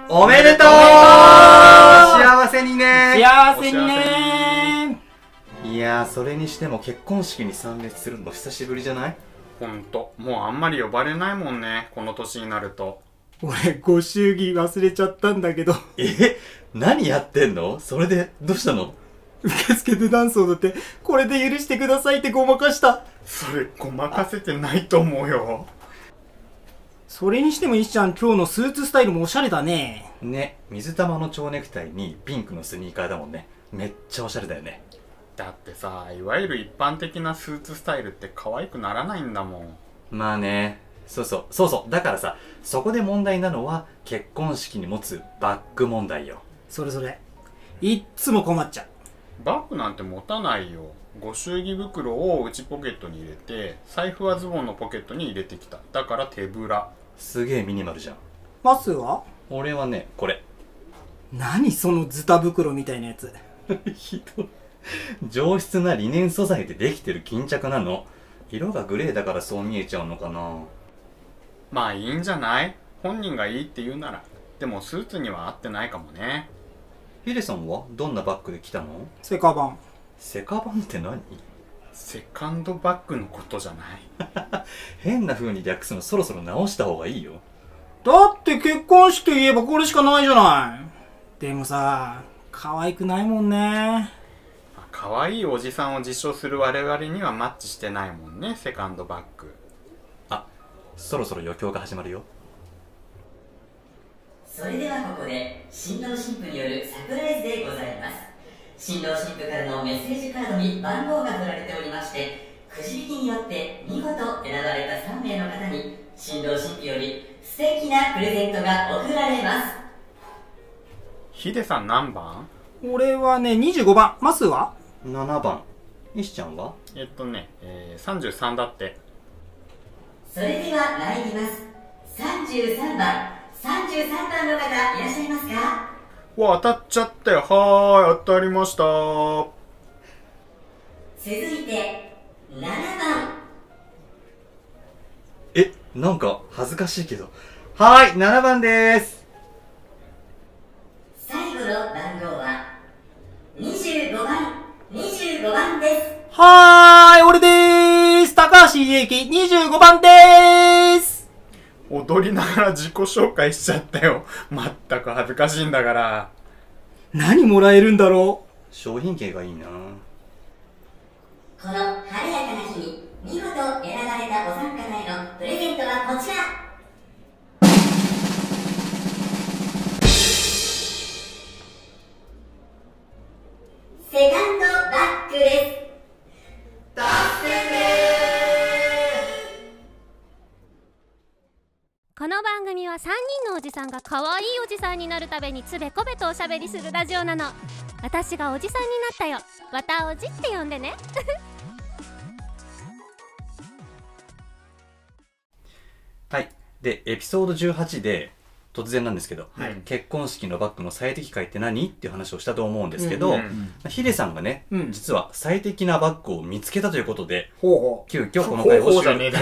おめでとう幸せにね幸せにねいやー、それにしても結婚式に参列するの久しぶりじゃない？ ほんと、もうあんまり呼ばれないもんね、この年になると。 俺、ご祝儀忘れちゃったんだけど。 何やってんの？それで、どうしたの？ 受付でダンス踊って、これで許してくださいってごまかした。 それ、ごまかせてないと思うよ。 それにしても石ちゃん、今日のスーツスタイルもおしゃれだね。 ね、水玉の蝶ネクタイにピンクのスニーカーだもんね。めっちゃおしゃれだよね。 だってさ、いわゆる一般的なスーツスタイルって可愛くならないんだもん。 まあね、そうだからさ、そこで問題なのは結婚式に持つバッグ問題よ。 それいっつも困っちゃう。 バッグなんて持たないよ。ご祝儀袋を内ポケットに入れて、財布はズボンのポケットに入れてきた。だから手ぶら。 すげえミニマルじゃん。 マスは？ 俺はね、これ。 何そのズタ袋みたいなやつ。 ひどい。上質なリネン素材でできてる巾着なの。色がグレーだからそう見えちゃうのかな。 まあいいんじゃない？本人がいいって言うなら。でもスーツには合ってないかもね。 ヒデさんはどんなバッグで来たの？ セカバン。 セカバンって何？ セカンドバッグのことじゃない？ 変な風に略すのそろそろ直した方がいいよ。 だって結婚式といえばこれしかないじゃない。でもさ、可愛くないもんね。 可愛いおじさんを実証する我々にはマッチしてないもんね、セカンドバッグ。 あ、そろそろ余興が始まるよ。 それではここで新郎新婦によるサプライズでございます。新郎新婦からのメッセージカードに番号が振られておりまして、くじ引きによって見事選ばれた3名の方に新郎新婦より素敵なプレゼントが贈られます。 ヒデさん何番？ 俺はね、25番。マスは 7番。石ちゃんは 33だって。 それでは参ります。33番の方いらっしゃいますか？ わ、当たっちゃったよ。はーい、当たりました。 続いて7番。 なんか恥ずかしいけど。はーい、7番でーす。 最後の番号は25番です。 はーい、俺でーす。高橋秀樹25番でーす。 踊りながら自己紹介しちゃったよ。まったく恥ずかしいんだから。 何もらえるんだろう。商品券がいいな。 この晴れやかな日に見事選ばれたお三方へのプレゼントはこちら。セカンドバッグです。助けてこの番組は3人のおじさんが可愛いおじさんになるためにつべこべとおしゃべりするラジオなの。私がおじさんになったよ。わたおじって呼んでね。 はい。で、エピソード18で、突然なんですけど、 はい、 結婚式のバッグの最適解って何っていう話をしたと思うんですけど、ヒデさんがね、実は最適なバッグを見つけたということで、急遽この回を収録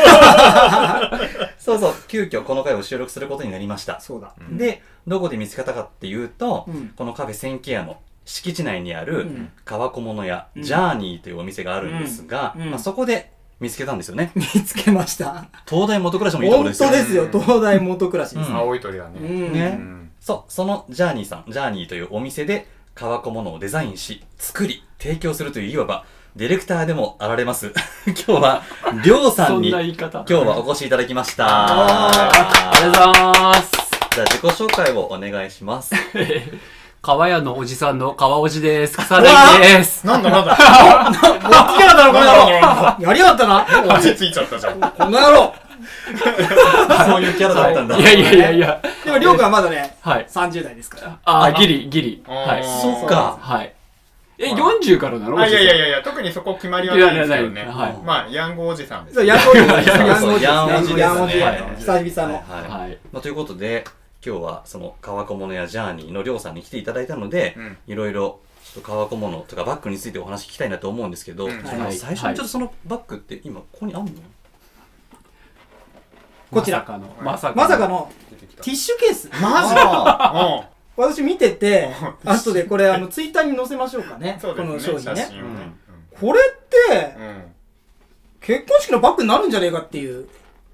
急遽この回を収録することになりました。 そうだ。 で、どこで見つけたかっていうと、このカフェセンケアの敷地内にある革小物屋、ジャーニーというお店があるんですが、そこで見つけたんですよね。 見つけました。 東大元暮らしもいいところですよ。 本当ですよ、東大元暮らしです。 青い鳥だね。 ね。そう、そのジャーニーさん、ジャーニーというお店で革小物をデザインし、作り、提供するといういわば、ディレクターでもあられます。今日は、りょうさんに、今日はお越しいただきました。 ありがとうございます。 じゃあ自己紹介をお願いします。 川屋のおじさんの川おじです。草薙です。 なんだ持ってきやがったのこの野郎。やりやがったな。 足ついちゃったじゃん。 この野郎。 そういうキャラだったんだ。 いや。 でもりょうくんはまだね、 はい。 30代ですから。 あ、ギリ。 はい。そっか。 はい。40からなの？ いや、特にそこ決まりはないですよね。 はい。 まあ、ヤングおじさんです。 ヤングおじさん。 ヤンおじですね。 久々の。 はい。ということで、今日はその革小物やジャーニーのりょうさんに来ていただいたので、いろいろちょっと革小物とかバッグについてお話聞きたいなと思うんですけど、最初にちょっとそのバッグって今ここにあるの？ こちら。 まさかの。 出てきたティッシュケース。 マジ私見てて、後でこれツイッターに載せましょうかね。こそうですね、 の商品ね。 写真をね。 これって、 うん。 結婚式のバッグになるんじゃねえかっていう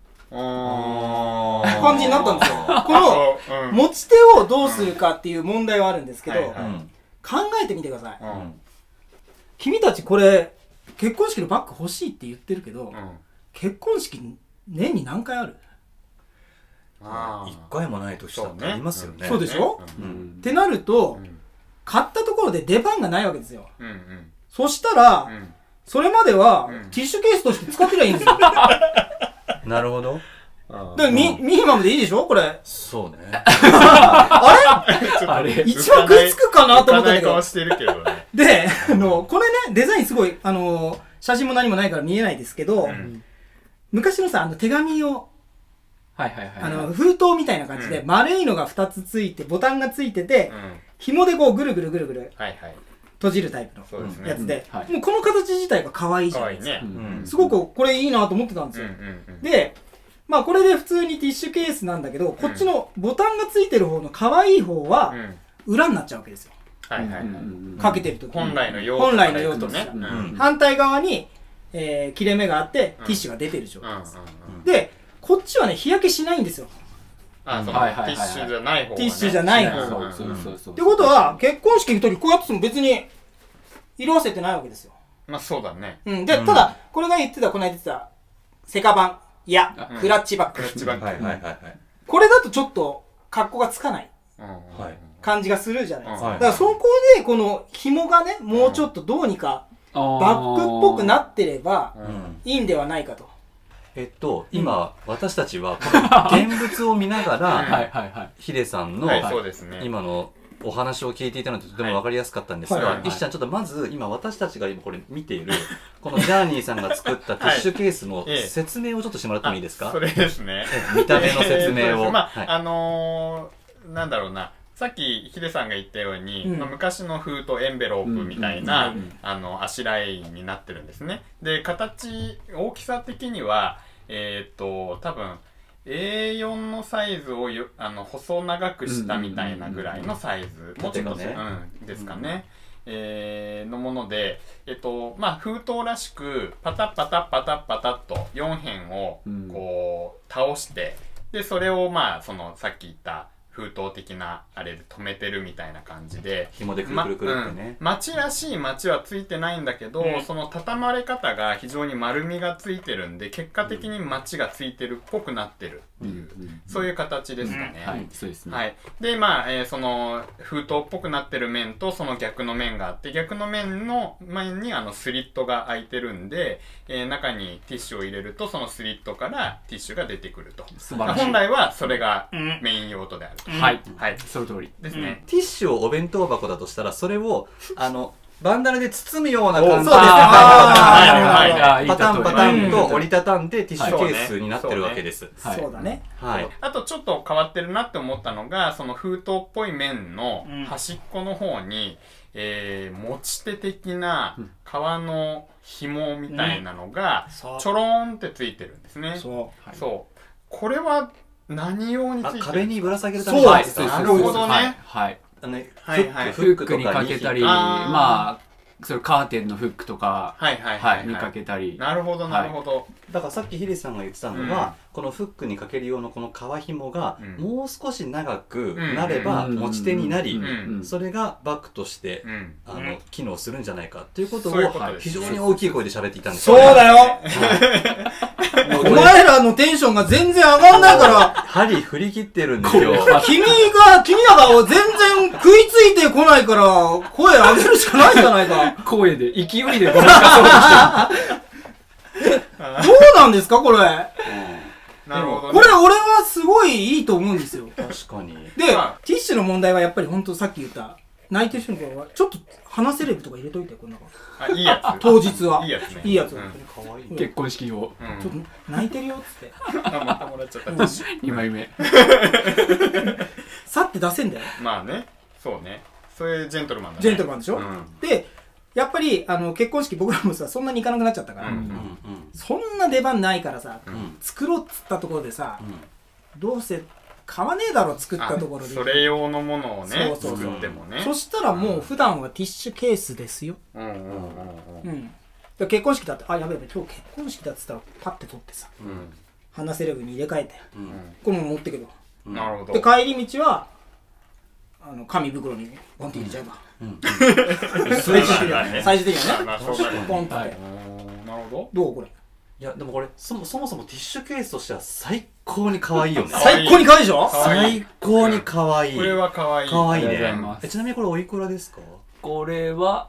感じになったんですよ。この、持ち手をどうするかっていう問題はあるんですけど、考えてみてください。君たちこれ、結婚式のバッグ欲しいって言ってるけど、結婚式年に何回ある？ 一回もない年だってありますよね。 そうでしょ？ってなると、買ったところで出番がないわけですよ。そしたら、それまではティッシュケースとして使ってりゃいいんですよ。 なるほど。 だからミニマムでいいでしょこれ。 そうね。 あれ一番食いつくかなと思ったんだけど。で、これね、デザインすごい、写真も何もないから見えないですけど、昔のさ、手紙を、封筒みたいな感じで、丸いのが2つついて、ボタンがついてて、紐でこうぐるぐるぐるぐる閉じるタイプのやつで、もうこの形自体が可愛いじゃないですか。すごくこれいいなと思ってたんですよ。で、まあこれで普通にティッシュケースなんだけど、こっちのボタンがついてる方の可愛い方は、裏になっちゃうわけですよ。かけてるとき。 本来の用途ね。反対側に、切れ目があって、ティッシュが出てる状態です。で、こっちはね、日焼けしないんですよ。 ティッシュじゃない方。 ティッシュじゃない方。ってことは、結婚式行くときこうやっても別に、色あせてないわけですよ。 まあそうだね。 で、ただ、これが言ってた、この間言ってた、セカバン、いや、クラッチバッグ。これだとちょっと、格好がつかない感じがするじゃないですか。だからそこで、この紐がね、もうちょっとどうにか、バッグっぽくなってれば、いいんではないかと。 今、私たちは、この現物を見ながら、ヒデさんの、今のお話を聞いていたのでとても分かりやすかったんですが、石ちゃん、ちょっとまず、今私たちが今これ見ている、このジャーニーさんが作ったティッシュケースの説明をちょっとしてもらってもいいですか？ それですね。 見た目の説明を。 まあ、なんだろうな。さっきヒデさんが言ったように、昔の封筒エンベロープみたいなあしらいになってるんですね。で、大きさ的には多分 A4 のサイズを細長くしたみたいなぐらいのサイズ、もうちょっとですかね。のもので、まあ、封筒らしくパタッパタッパタッパタッと4辺をこう倒して、でそれをまあさっき言った封筒的なあれで止めてるみたいな感じで、 紐でくるくるくるってね、 町らしい町はついてないんだけど、その畳まれ方が非常に丸みがついてるんで、結果的に町がついてるっぽくなってるっていう、そういう形ですかね。 はい、そうですね。 はい。で、まあ、その封筒っぽくなってる面とその逆の面があって、逆の面の前にスリットが開いてるんで、中にティッシュを入れるとそのスリットからティッシュが出てくると。 素晴らしい。 本来はそれがメイン用途であると。 はい。はい。その通り。 ですね。 ティッシュをお弁当箱だとしたら、それを、バンダナで包むような感じで、パタンパタンと折りたたんでティッシュケースになってるわけです。 そうだね。 はい。 あとちょっと変わってるなって思ったのが、その封筒っぽい面の端っこの方に、持ち手的な革の紐みたいなのがちょろーんってついてるんですね。そう。これは何用についてるんですか？ 壁にぶら下げるために。 なるほどね。 はい。 フックにかけたり、まあ、それカーテンのフックとかにかけたり。 なるほど、なるほど。 だからさっきヒデさんが言ってたのは、このフックにかける用のこの革紐がもう少し長くなれば持ち手になり、それがバッグとして機能するんじゃないかということを非常に大きい声で喋っていたんです。 そうだよ。お前らのテンションが全然上がんないから。 針振り切ってるんですよ。 君らが全然食いついてこないから、声上げるしかないじゃないか。 声で、勢いでごまかそうとしてる。 どうなんですかこれ。 なるほど。 これ俺はすごいいいと思うんですよ。 確かに。 で、ティッシュの問題はやっぱり本当さっき言った、泣いてる人の頃は、ちょっと鼻セレブとか入れといて、こんなの。 いいやつ。 当日は。 いいやつね。 いいやつ。 結婚式用。 ちょっと泣いてるよっつって。 またもらっちゃった。 2枚目。 さって出せんだよ。 まあね。そうね。そういうジェントルマンだね。 ジェントルマンでしょ。で、やっぱり結婚式僕らもさ、そんなに行かなくなっちゃったから。 そんな出番ないからさ、作ろうっつったところでさ、どうせ買わねえだろ作ったところで。 それ用のものをね作ってもね。 そしたらもう普段はティッシュケースですよ。結婚式だって、あ、やべえ今日結婚式だっつったらパッて取ってさ、花セレブに入れ替えて、このまま持ってけば。 なるほど。 で帰り道は紙袋にポンって入れちゃえば。最終的にはね。ポンって。なるほど。 どうこれ。 いやでもこれそもそもティッシュケースとしては最高に可愛いよね。 最高に可愛いでしょ。 最高に可愛い。 これは可愛い。 可愛いね。ちなみにこれおいくらですか？ これは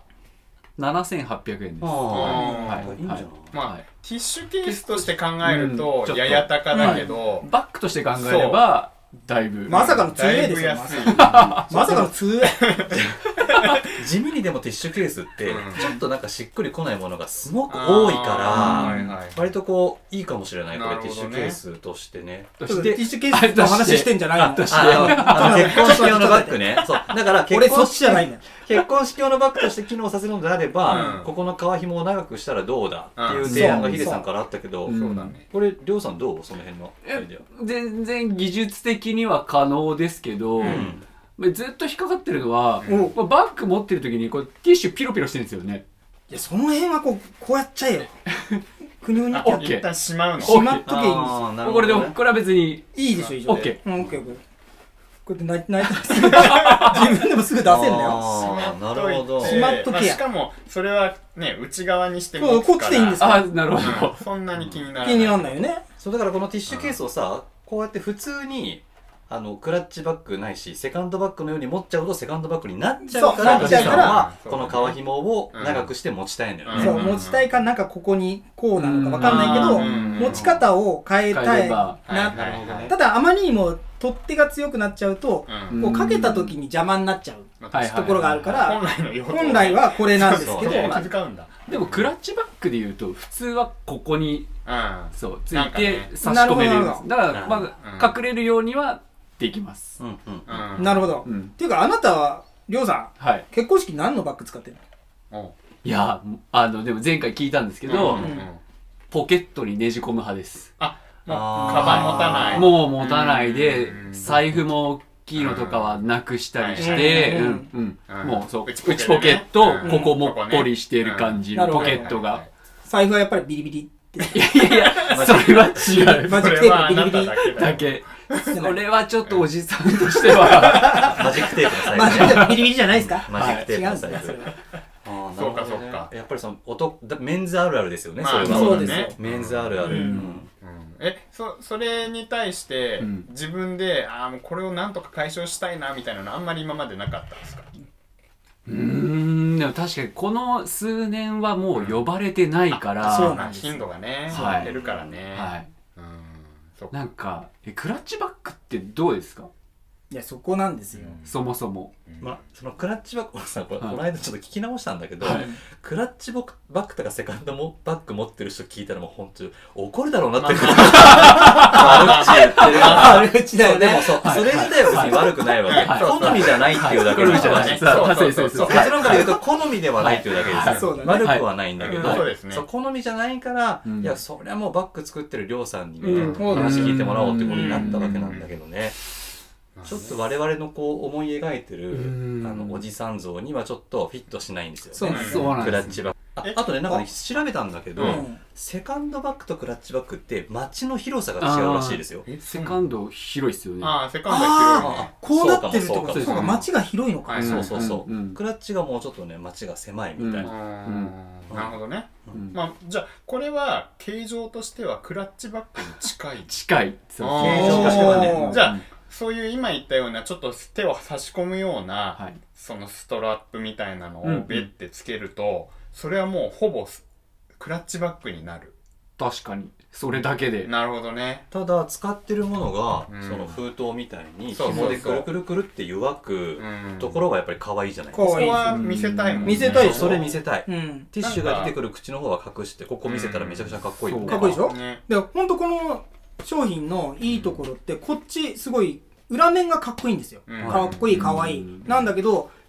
7800円です。 はい。いいんじゃない？ まあティッシュケースとして考えるとやや高だけど、 バッグとして考えればだいぶまさかの 2A ですよ。まさかの 2A。 地味にでもティッシュケースってちょっとなんかしっくりこないものがすごく多いから割とこういいかもしれない。これティッシュケースとしてね。 ティッシュケースの話してんじゃないの？ 結婚式用のバッグね。そうだから俺そっちじゃないんだよ。 結婚式用のバッグとして機能させるのであれば、ここの革紐を長くしたらどうだっていう提案がヒデさんからあったけど、これりょうさんどう？その辺のアイデア。 全然技術的には可能ですけど、ずっと引っかかってるのは、バッグ持ってる時にこうティッシュピロピロしてるんですよね。 いやその辺はこうやっちゃえよ。国に一旦しまうの。 しまっとけいいんですよ。 これでもこれは別にいいでしょ以上。 オッケー。 オッケー。こうやって泣いたらすぐ自分でもすぐ出せんだよ。 なるほど。 しまっとけや。 しかもそれはね内側にしてもこっちでいいんですよ。 あ、なるほど。 そんなに気にならない。 気にならないよね。 そうだからこのティッシュケースをさこうやって普通にクラッチバッグないしセカンドバッグのように持っちゃうとセカンドバッグになっちゃうからヒデさんはこの革紐を長くして持ちたいんだよね。 そう持ちたいかなんかここにこうなのか分かんないけど持ち方を変えたいな。ただあまりにも取っ手が強くなっちゃうとこうかけた時に邪魔になっちゃうところがあるから本来はこれなんですけどでもクラッチバッグでいうと普通はここにそうついて差し込めるんです。だからまず隠れるようにはできます。 なるほど。っていうかあなたはりょうさん結婚式何のバッグ使ってるの？いやでも前回聞いたんですけどポケットにねじ込む派です。 あ、カバン持たない。 もう持たないで財布も大きいのとかはなくしたりしてもうそう内ポケットここもっこりしてる感じのポケットが。 財布はやっぱりビリビリって。 いやそれは違う。 マジックテープビリビリだけ。それはちょっとおじさんとしてはマジックテープのサイズ。 マジックテープビリビリじゃないですか？ マジックテープのサイズ。 そうかそうか。 やっぱりそのメンズあるあるですよね。それはそうですね。 メンズあるある。 それに対して自分でもうこれをなんとか解消したいなみたいなのあんまり今までなかったんですか？ でも確かにこの数年はもう呼ばれてないからそうなんです。 頻度がね減るからね。 なんかクラッチバッグってどうですか？ いやそこなんですよ。 そもそもそのクラッチバッグをさこの間ちょっと聞き直したんだけどクラッチバッグとかセカンドバッグ持ってる人聞いたらもう本当怒るだろうなって悪口言ってる悪口だよね。 でもそれ自体は別に悪くないわけ。好みじゃないっていうだけですからね。結論から言うと好みではないっていうだけですよ。悪くはないんだけど好みじゃないからいやそりゃもうバッグ作ってるりょうさんにね話聞いてもらおうってことになったわけなんだけどね。ちょっと我々のこう思い描いてるおじさん像にはちょっとフィットしないんですよね。クラッチバッグ。あとねなんかね調べたんだけどセカンドバッグとクラッチバッグって街の広さが違うらしいですよ。 セカンド広いっすよね。 セカンドは広い。こうなってるってことそうか街が広いのか。 そうクラッチがもうちょっとね街が狭いみたいな。 なるほどね。じゃあこれは形状としてはクラッチバッグに近い。 近い。 形状としてはね。 じゃあそういう今言ったようなちょっと手を差し込むようなそのストラップみたいなのをベッてつけるとそれはもうほぼクラッチバッグになる。 確かにそれだけで。 なるほどね。 ただ使ってるものがその封筒みたいに紐でくるくるくるって湯わくところはやっぱり可愛いじゃないですか。 ここは見せたいもんね。 見せたい。 それ見せたい。ティッシュが出てくる口の方は隠してここ見せたらめちゃくちゃかっこいい。 かっこいいでしょ。で本当この商品のいいところってこっちすごい裏面がかっこいいんですよ。かっこいいかわいいなんだけど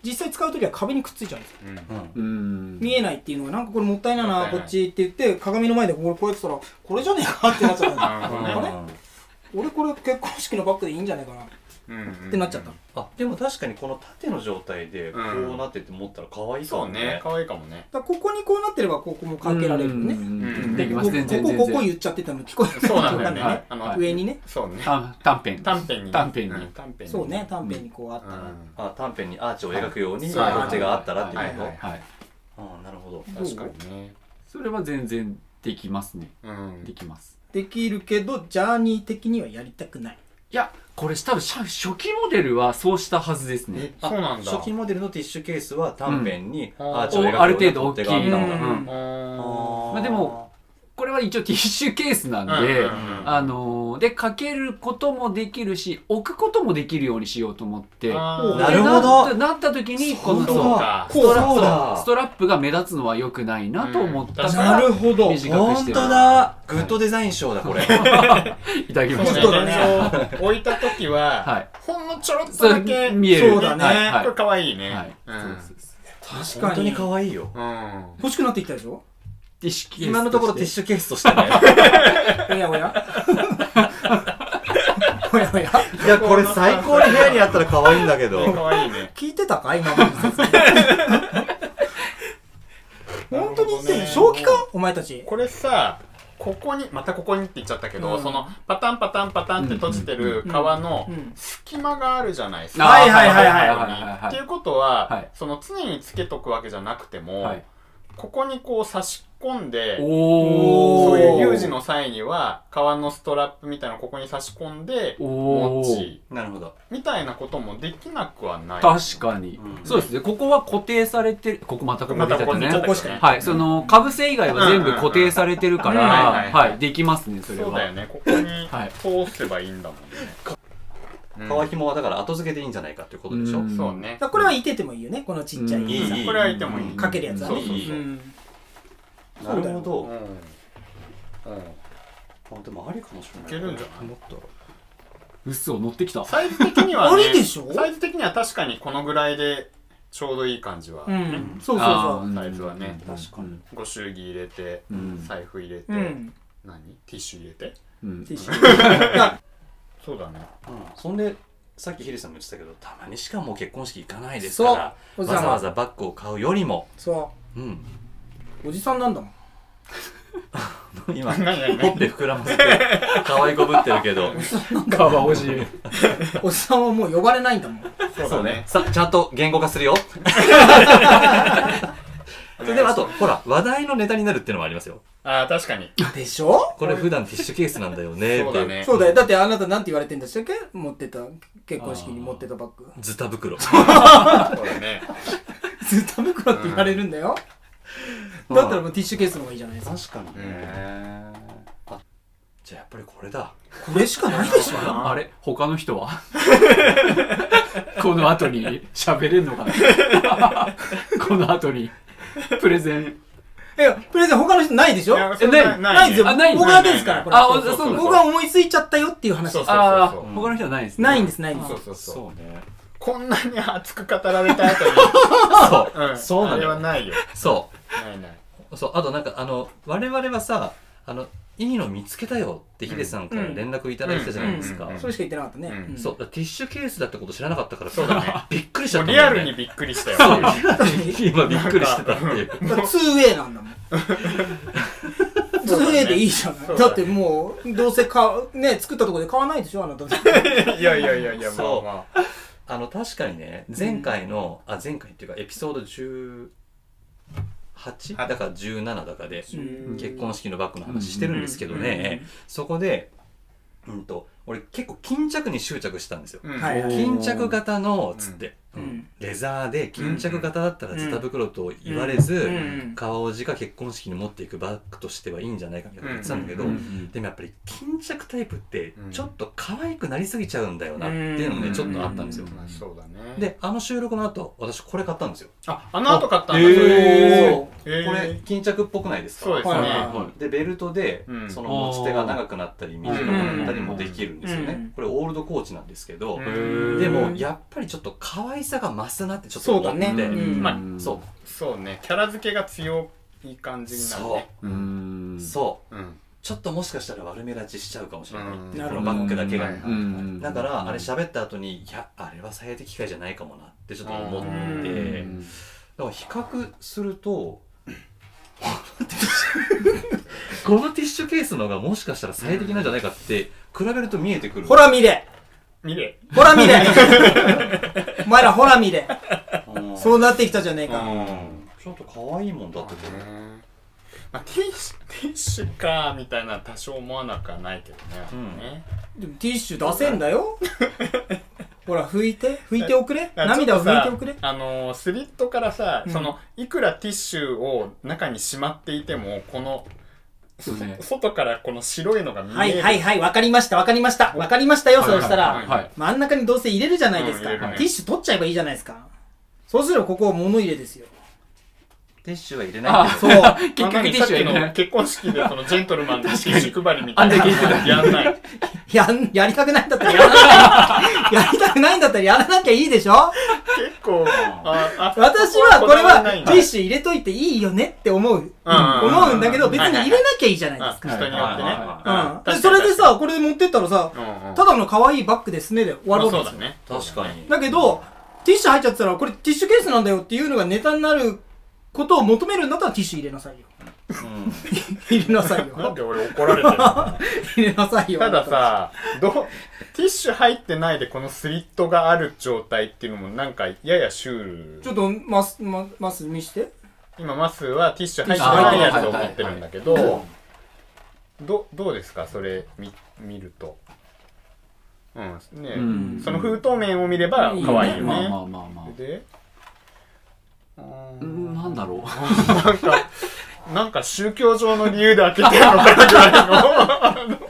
実際使う時は壁にくっついちゃうんですよ、見えないっていうのがなんかこれもったいないなこっちって言って鏡の前でこうやってたらこれじゃねえかってなっちゃったんですよ。あれ俺これ結婚式のバッグでいいんじゃないかなってなっちゃった。 あ、でも確かにこの縦の状態でこうなってて持ったら可愛いかもね。 そうね、可愛いかもね。 だからここにこうなってればここもかけられるよね。 できます。全然ここ言っちゃってたの聞こえない。 そうなんだよね。 上にね。 そうね。 短編にそうね、短編にこうあったら。 あ、短編にアーチを描くようにこっちがあったらっていうこと。はい。ああ、なるほど。 確かにね。 それは全然できますね。できます。 できるけどジャーニー的にはやりたくない。 いや、これ多分初期モデルはそうしたはずですね。 そうなんだ。 初期モデルのティッシュケースは短編にアーチを描くような、ある程度大きい。 まあでもこれは一応ティッシュケースなんで、でかけることもできるし置くこともできるようにしようと思って、 なるほど。 なった時にこのストラップが目立つのは良くないなと思ったから、 なるほど。 短くしてる。 本当だ。グッドデザイン賞だこれ。 いただきました。 置いた時はほんのちょろっとだけ見える。 そうだね。 これ可愛いね。 確かに。 本当に可愛いよ。 欲しくなってきたでしょ。 今のところティッシュケースとしてね。 おやおやおやおや。 いや、これ最高に部屋にあったら可愛いんだけど。 可愛いね。 聞いてたか今まで説明。本当に言ってる。正気かお前たち。 これさ、ここに、またここにって言っちゃったけど、そのパタンパタンパタンって閉じてる皮の隙間があるじゃないですか。 はいはいはいはい。 っていうことは、その常につけとくわけじゃなくても、ここにこう差し込んで、そういう有事の際には革のストラップみたいなのここに差し込んで持ち、 なるほど、 みたいなこともできなくはない。 確かに、そうですね。ここは固定されてる。ここまたここ出ちゃったね。 ここしかない。 はい、そのかぶせ以外は全部固定されてるから、はい、できますね。それはそうだよね。ここに通せばいいんだもんね。 革紐はだから後付けでいいんじゃないかっていうことでしょ。 そうね。 これはいててもいいよね。このちっちゃい。 これはいてもいい。 かけるやつはね。 なるほど。でもありかもしれない。 いけるんじゃない？ 嘘、乗ってきた。 サイズ的にはありでしょ？ サイズ的には確かにこのぐらいでちょうどいい感じは。 そうそうそう。 サイズはね。 確かに。 ご祝儀入れて、財布入れて、何？ティッシュ入れて。 ティッシュ。 そうだね。 そんでさっきヒデさんも言ってたけど、たまにしかもう結婚式行かないですから、わざわざバッグを買うよりも、 おじさんなんだもん。 今ほっぺ膨らませて可愛いこぶってるけど、 かわおじい。 おじさんはもう呼ばれないんだもん。 そうね。さ、ちゃんと言語化するよ。でもあとほら話題のネタになるっていうのもありますよ。 ああ、確かに。 でしょ？ これ普段ティッシュケースなんだよね。 そうだね。 そうだよ。だってあなたなんて言われてんだっけ？持ってた結婚式に持ってたバッグ。 ズタ袋。 そうだね。 ズタ袋って言われるんだよ。だったらもうティッシュケースの方がいいじゃないですか。 確かにね。じゃあやっぱりこれだ。 これしかないでしょ。 あれ、他の人はこの後に喋れんのかな。この後にプレゼン。 いや、プレゼン他の人ないでしょ。 ないですよ。僕だけですから。僕が思いついちゃったよっていう話です。 ああ、他の人はないですね。 ないんです、ないんです。 そうね。 こんなに熱く語られた後に。 そうなの。 あれはないよ。 そう。 ないない。 そう、あとなんか我々はさ、いいの見つけたよってヒデさんから連絡いただいたじゃないですか。 それしか言ってなかったね。 そう、ティッシュケースだってこと知らなかったからさ、びっくりしちゃった。 リアルにびっくりしたよ。 今びっくりしてたっていう。 2way なんだもん。2way でいいじゃない。だってもう、どうせね、作ったところで買わないでしょ、あなた。 いや、 そう。確かにね、前回っていうかエピソード18だから17だかで結婚式のバッグの話してるんですけどね、そこで俺結構巾着に執着したんですよ。巾着型のつってレザーで巾着型だったらズタ袋と言われず革おじが結婚式に持っていくバッグとしてはいいんじゃないかみたいな言ってたんだけど、でもやっぱり巾着タイプってちょっと可愛くなりすぎちゃうんだよなっていうのもねちょっとあったんですよ。 そうだね。 で収録の後私これ買ったんですよ。 あの後買ったんだ。 これ巾着っぽくないですか？ そうですね。 でベルトでその持ち手が長くなったり短くなったりもできるんですよね。これオールドコーチなんですけど、でもやっぱりちょっと可愛さが増すなってちょっと思って、 まあそうね、キャラ付けが強い感じになるね。 そう、ちょっともしかしたら悪目立ちしちゃうかもしれない、このバッグだけが。だからあれ喋った後に、いやあれは最適機械じゃないかもなってちょっと思って、だから比較するとこのティッシュケースの方がもしかしたら最適なんじゃないかって比べると見えてくる。 ほら見れほら見れお前らほら見れそうなってきたじゃねえか。 ちょっと可愛いもんだってて、 まあ、ティッシュかみたいな多少思わなくはないけどね。 でもティッシュ出せんだよほら拭いておくれ、涙を拭いておくれ。 スリットからさ、そのいくらティッシュを中にしまっていてもこの外からこの白いのが見える。 はいわかりましたよ。そうしたら真ん中にどうせ入れるじゃないですか。ティッシュ取っちゃえばいいじゃないですか。そうすればここは物入れですよ。 ティッシュは入れないけど、 そう結局ティッシュの結婚式でそのジェントルマンのティッシュ配りみたいなやんない。 やりたくないんだったらやらなきゃやりたくないんだったらやらなきゃいいでしょ。 結構私はこれはティッシュ入れといていいよねって思うんだけど、別に入れなきゃいいじゃないですか。 人によってね。 それでさ、これ持ってったらさ、ただの可愛いバッグですねで終わるわけですよね。 確かに。 だけどティッシュ入っちゃってたら、これティッシュケースなんだよっていうのがネタになることを求めるんだったらティッシュ入れなさいよ。入れなさいよ。 なんで俺怒られてるの？ 入れなさいよ。 たださ、ティッシュ入ってないでこのスリットがある状態っていうのもなんかややシュール。 ちょっとマス見して。 今マスはティッシュ入ってないやつを持ってるんだけど、どうですかそれ見ると。その封筒面を見れば可愛いよね。でなんだろうなんか宗教上の理由で開けてるのかなぐらいの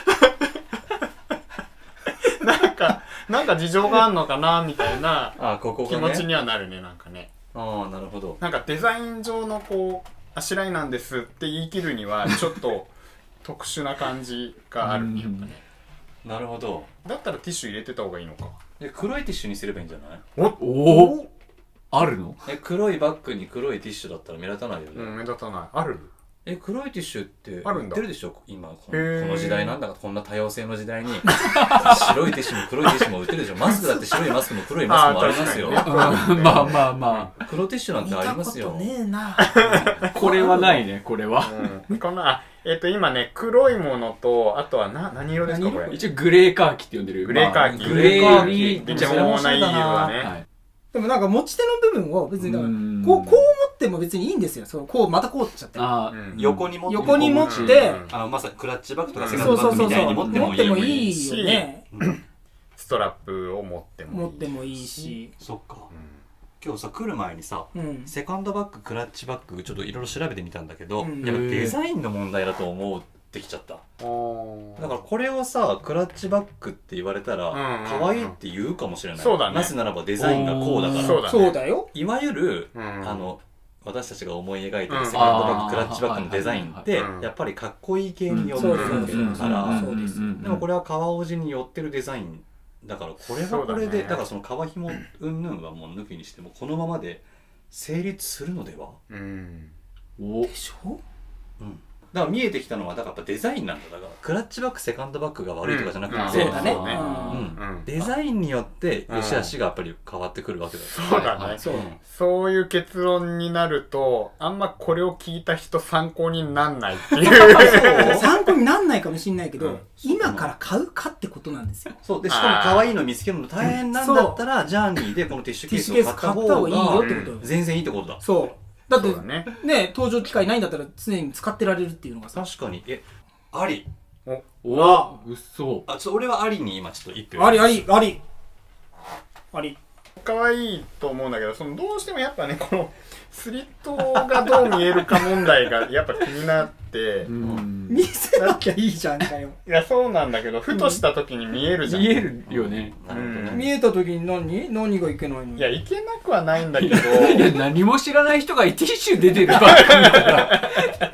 なんか事情があんのかなみたいな気持ちにはなるね。なんかね。 なるほど。 なんかデザイン上のこうあしらいなんですって言い切るにはちょっと特殊な感じがあるね。 なるほど。 だったらティッシュ入れてた方がいいのか。 黒いティッシュにすればいいんじゃない？ おあるの？ 黒いバッグに黒いティッシュだったら目立たないよね。 目立たない。ある？ 黒いティッシュってあるんだ。 売ってるでしょ今この時代なんだか、こんな多様性の時代に白いティッシュも黒いティッシュも売ってるでしょ。マスクだって白いマスクも黒いマスクもありますよ。 まあ黒ティッシュなんてありますよ。 見たことねえな。 これはないね。これはこの今ね黒いものと、あとは何色ですかこれ？ 一応グレーカーキって呼んでる。 グレーカーキ。 グレーにめちゃくちゃ重い色はね。 でもなんか持ち手の部分を別にこう持っても別にいいんですよ。またこうっちゃって横に持ってまさにクラッチバッグとかセカンドバッグみたいに持ってもいいし、 ストラップを持ってもいいし。 そっか。今日さ来る前にさ、セカンドバッグクラッチバッグちょっといろいろ調べてみたんだけど、やっぱデザインの問題だと思ってきちゃった。だからこれをさクラッチバッグって言われたら可愛いって言うかもしれない。 そうだね。 なぜならばデザインがこうだから。 そうだよ。 いわゆる私たちが思い描いてるセカンドバッグクラッチバッグのデザインってやっぱりかっこいい系に寄ってるわけだから、でもこれは革おじに寄ってるデザインだから、これはこれでだからその革紐うんぬんはもう抜きにしてもこのままで成立するのでは。 でしょ。 だから見えてきたのはだからやっぱデザインなんだ。だからクラッチバッグセカンドバッグが悪いとかじゃなくて、デザインによって良し悪しがやっぱり変わってくるわけだ。 そうだね。そういう結論になるとあんまこれを聞いた人参考になんないっていう参考になんないかもしれないけど、今から買うかってことなんですよ。 そうで、しかも可愛いの見つけるの大変なんだったらジャーニーでこのティッシュケースを買った方がいいよってこと。全然いいってことだ。 そうだってね、登場機会ないんだったら常に使ってられるっていうのがさ。 確かに。あり。 うっそ。 俺はありに今ちょっと一票。 あり。 可愛いと思うんだけど、どうしてもやっぱねこのスリットがどう見えるか問題がやっぱ気になって、 見せなきゃいいじゃんかよ。 いやそうなんだけど、ふとした時に見えるじゃん。 見えるよね。 見えた時に何がいけないの？ いや、いけなくはないんだけど。 いや、何も知らない人がティッシュ出てるばっかりだから。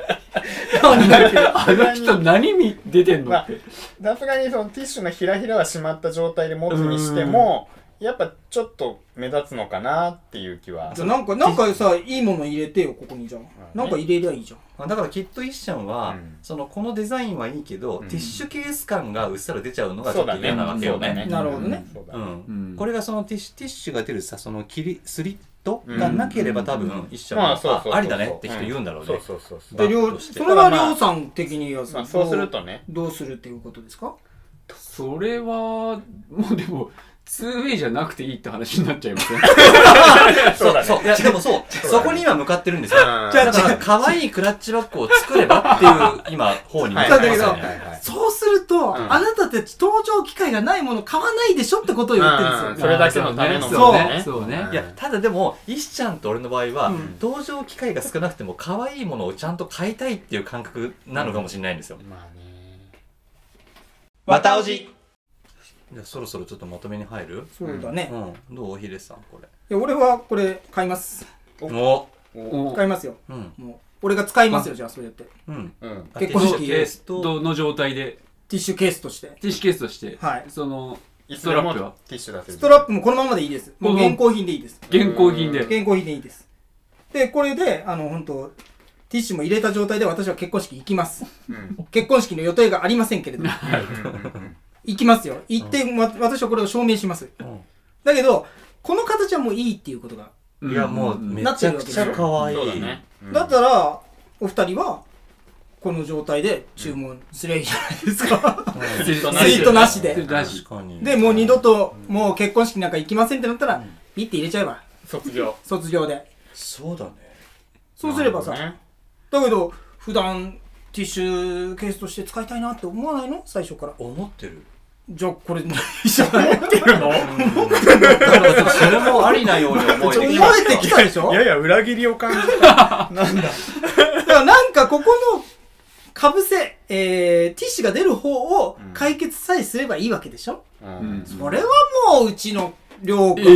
あの人何出てんのって。 さすがにそのティッシュのひらひらはしまった状態で持つにしても、やっぱちょっと目立つのかなっていう気は。 じゃなんかさ、いいもの入れてよ、ここに。じゃん、なんか入れりゃいいじゃん。 だからきっとイッシャンは、このデザインはいいけど、ティッシュケース感がうっすら出ちゃうのがちょっと嫌なわけよね。 なるほどね。 これがそのティッシュが出るさ、そのスリットがなければ多分イッシャンはありだねって人言うんだろうね。 それはりょうさん的にはそうするとね、 どうするっていうことですか？ それはもうでも2way じゃなくていいって話になっちゃいますね。 そうだね。 いやでもそこに今向かってるんですよ。だから可愛いクラッチバッグを作ればっていう今方に向かってますよね。 そうするとあなたたち登場機会がないもの買わないでしょってことを言ってるんですよ。 それだけのためのそうね。 いやただでもイシちゃんと俺の場合は登場機会が少なくても可愛いものをちゃんと買いたいっていう感覚なのかもしれないんですよ。またおじ。じゃあそろそろちょっとまとめに入る？ そうだね。 どうヒデさんこれ？ いや俺はこれ買います。買いますよ。もう俺が使いますよ。じゃあそうやって。 結婚式の状態でティッシュケースとして。 ティッシュケースとして。 はい。 そのストラップはストラップもこのままでいいです。もう現行品でいいです。 現行品で。 現行品でいいです。でこれで本当ティッシュも入れた状態で私は結婚式行きます。結婚式の予定がありませんけれども。行きますよ。行って、私はこれを証明します。だけど、この形はもういいっていうことが。 いや、もう、めちゃくちゃ可愛い。 だったら、お二人は、この状態で注文すりゃいいじゃないですか。スイートなしで。で、もう二度と、もう結婚式なんか行きませんってなったら、ピッて入れちゃえば。 卒業で。 そうだね。 そうすればさ。だけど、普段、ティッシュケースとして使いたいなって思わないの？最初から。 思ってる。 じゃあこれ一緒に思ってるの？ それもありなように思えてきたでしょ？ いやいや裏切りを感じた。なんだ。だからなんかここのかぶせ、ティッシュが出る方を解決さえすればいいわけでしょ？それはもううちの寮が。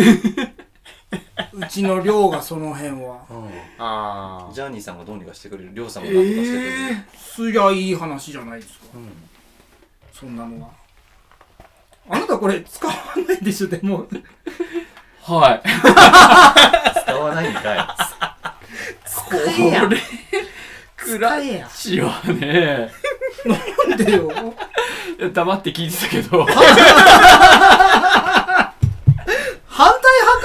うちの寮がその辺は。 ジャーニーさんがどうにかしてくれる、寮さんがどうにかしてくれる。 すりゃいい話じゃないですか。そんなのは。あなたこれ使わないでしょ、でも。 はい。 使わないんかい。 これ、 クラッチはね。 なんでよ。 黙って聞いてたけど。 反対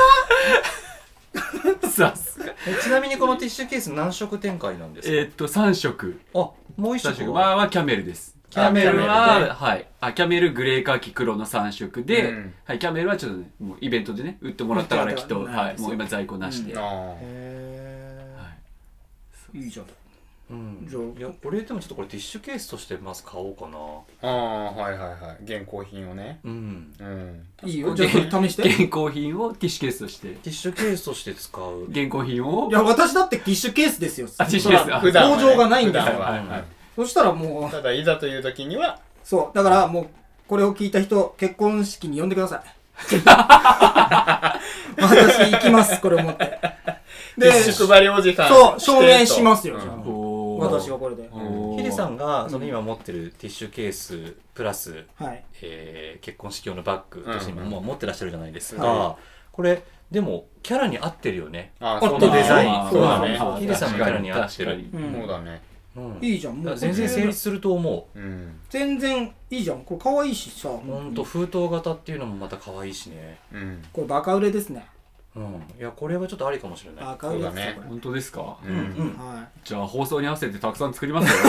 派か？ さすが。 ちなみにこのティッシュケース何色展開なんですか ？3色。 あ、もう1色はキャメルです。キャメルは、はい。キャメル、グレー、カーキ、黒の3色で、はい、キャメルはちょっとね、もうイベントでね、売ってもらったからきっと、はい、もう今在庫なしで。 いいじゃん。 いや、俺でもちょっとこれティッシュケースとしてまず買おうかな。 はいはいはい。現行品をね。 いいよ、じゃあ試して。 現行品をティッシュケースとして。 ティッシュケースとして使う。 現行品を。 いや、私だってティッシュケースですよ。 ティッシュケース。 登場がないんですよ。そしたらもう。 ただ、いざという時には。 そう。だからもう、これを聞いた人、結婚式に呼んでください。私行きます、これを持って。 で、ティッシュ配りおじさん。 そう、証明しますよ、じゃあ。私はこれで。 ヒデさんがその今持ってるティッシュケースプラス、結婚式用のバッグとして今もう持ってらっしゃるじゃないですか。これでもキャラに合ってるよね。このデザイン。そうだね。ヒデさんのキャラに合ってる。 そうだね。 いいじゃん。 全然成立すると思う。 全然いいじゃん。これ可愛いしさ。 ほんと封筒型っていうのもまた可愛いしね。 これバカ売れですね。 いやこれはちょっとありかもしれない。 バカ売れですね。 本当ですか？じゃあ放送に合わせてたくさん作りますよ。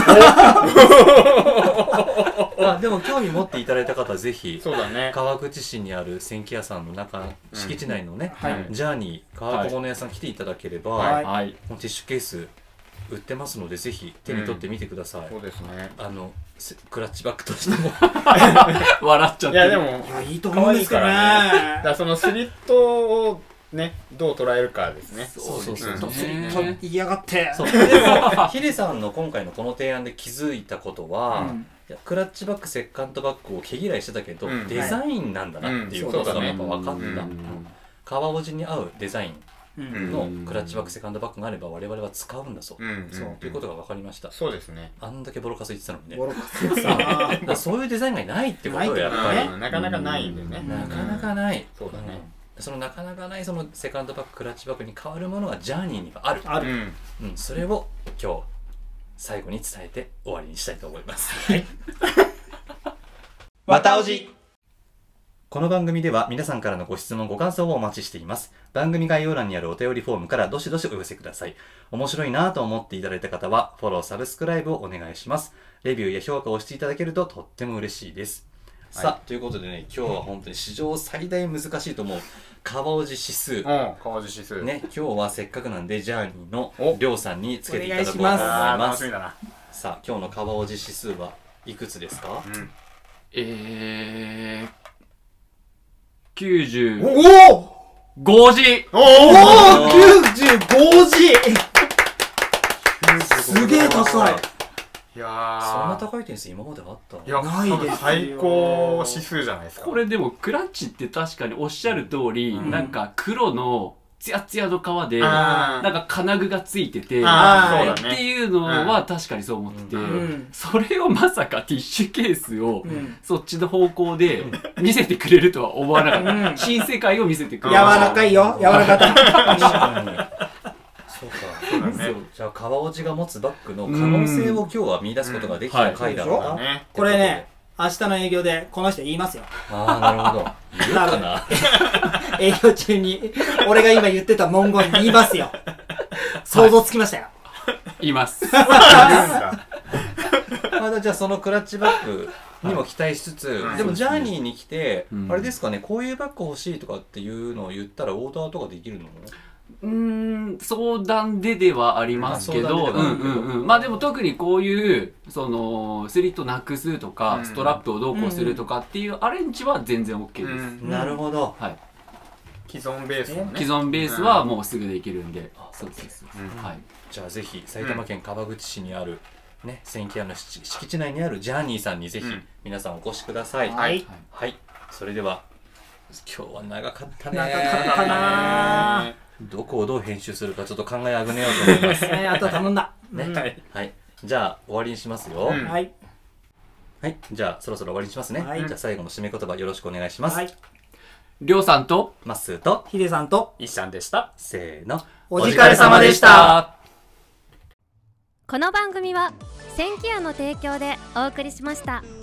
でも興味持っていただいた方はぜひ川口市にある千家屋さんの敷地内のねジャーニー川小物屋さん来ていただければティッシュケース売ってますのでぜひ手に取ってみてください。 そうですね。 クラッチバッグとしても笑っちゃって。 いやでもいいと思うんですけどね。 だからそのスリットをねどう捉えるかですね。 そうそうそう。 と言いやがって。 でもヒデさんの今回のこの提案で気づいたことは、クラッチバッグセカンドバッグを毛嫌いしてたけど、デザインなんだなっていうことがやっぱ分かった。川おじに合うデザインのクラッチバッグセカンドバッグがあれば我々は使うんだそうということが分かりました。 そうですね。 あんだけボロカス言ってたのにね。 ボロカス言ってたな。 そういうデザインがないってことよやっぱり。 なかなかないんでね。 なかなかない。 そうだね。 そのなかなかないそのセカンドバッグクラッチバッグに変わるものがジャーニーにはある。それを今日最後に伝えて終わりにしたいと思います。はい。またおじ。この番組では皆さんからのご質問ご感想をお待ちしています。番組概要欄にあるお便りフォームからどしどしお寄せください。面白いなと思っていただいた方はフォローサブスクライブをお願いします。レビューや評価をしていただけるととっても嬉しいです。さあということでね、今日は本当に史上最大難しいと思う川おじ指数。 川おじ指数ね、今日はせっかくなんでジャーニーのりょうさんにつけていただこうと思います。さあ今日の川おじ指数はいくつですか ？95字。 おお95字。すげえ高い。 いやそんな高い点数今まであった？ いやないです。最高指数じゃないですか。 これでもクラッチって確かにおっしゃる通り、なんか黒のツヤツヤの皮でなんか金具がついててっていうのは確かにそう思ってて、それをまさかティッシュケースをそっちの方向で見せてくれるとは思わなかった。新世界を見せてくれる。 柔らかいよ、柔らかい。 そうか。じゃあ川おじが持つバッグの可能性を今日は見出すことができた回だろうな。 これね、明日の営業でこの人言いますよ。 ああ、なるほど。言うかな。 営業中に俺が今言ってた文言言いますよ。想像つきましたよ。 言います。 じゃあそのクラッチバッグにも期待しつつ、でもジャーニーに来てあれですかね、こういうバッグ欲しいとかっていうのを言ったらオーダーとかできるの？ 相談ではありますけど、まあでも特にこういうそのスリットなくすとかストラップをどうこうするとかっていうアレンジは全然 OK です。 なるほど。 はい。 既存ベース既存ベースはもうすぐできるんで。そうです。はい。 じゃあぜひ埼玉県川口市にあるね、センキャンの敷地内にあるジャーニーさんにぜひ皆さんお越しください。はい。はい。それでは今日は長かったね。 長かったな。 どこをどう編集するかちょっと考えあぐねようと思います。 あと頼んだ。 ね。はい。じゃあ終わりにしますよ。 はい。 はい。じゃあそろそろ終わりにしますね。じゃあ最後の締め言葉よろしくお願いします。 りょうさんとまっすーとひでさんといっしゃんでした。 せーの。 お疲れ様でした。 この番組はセンキヤの提供でお送りしました。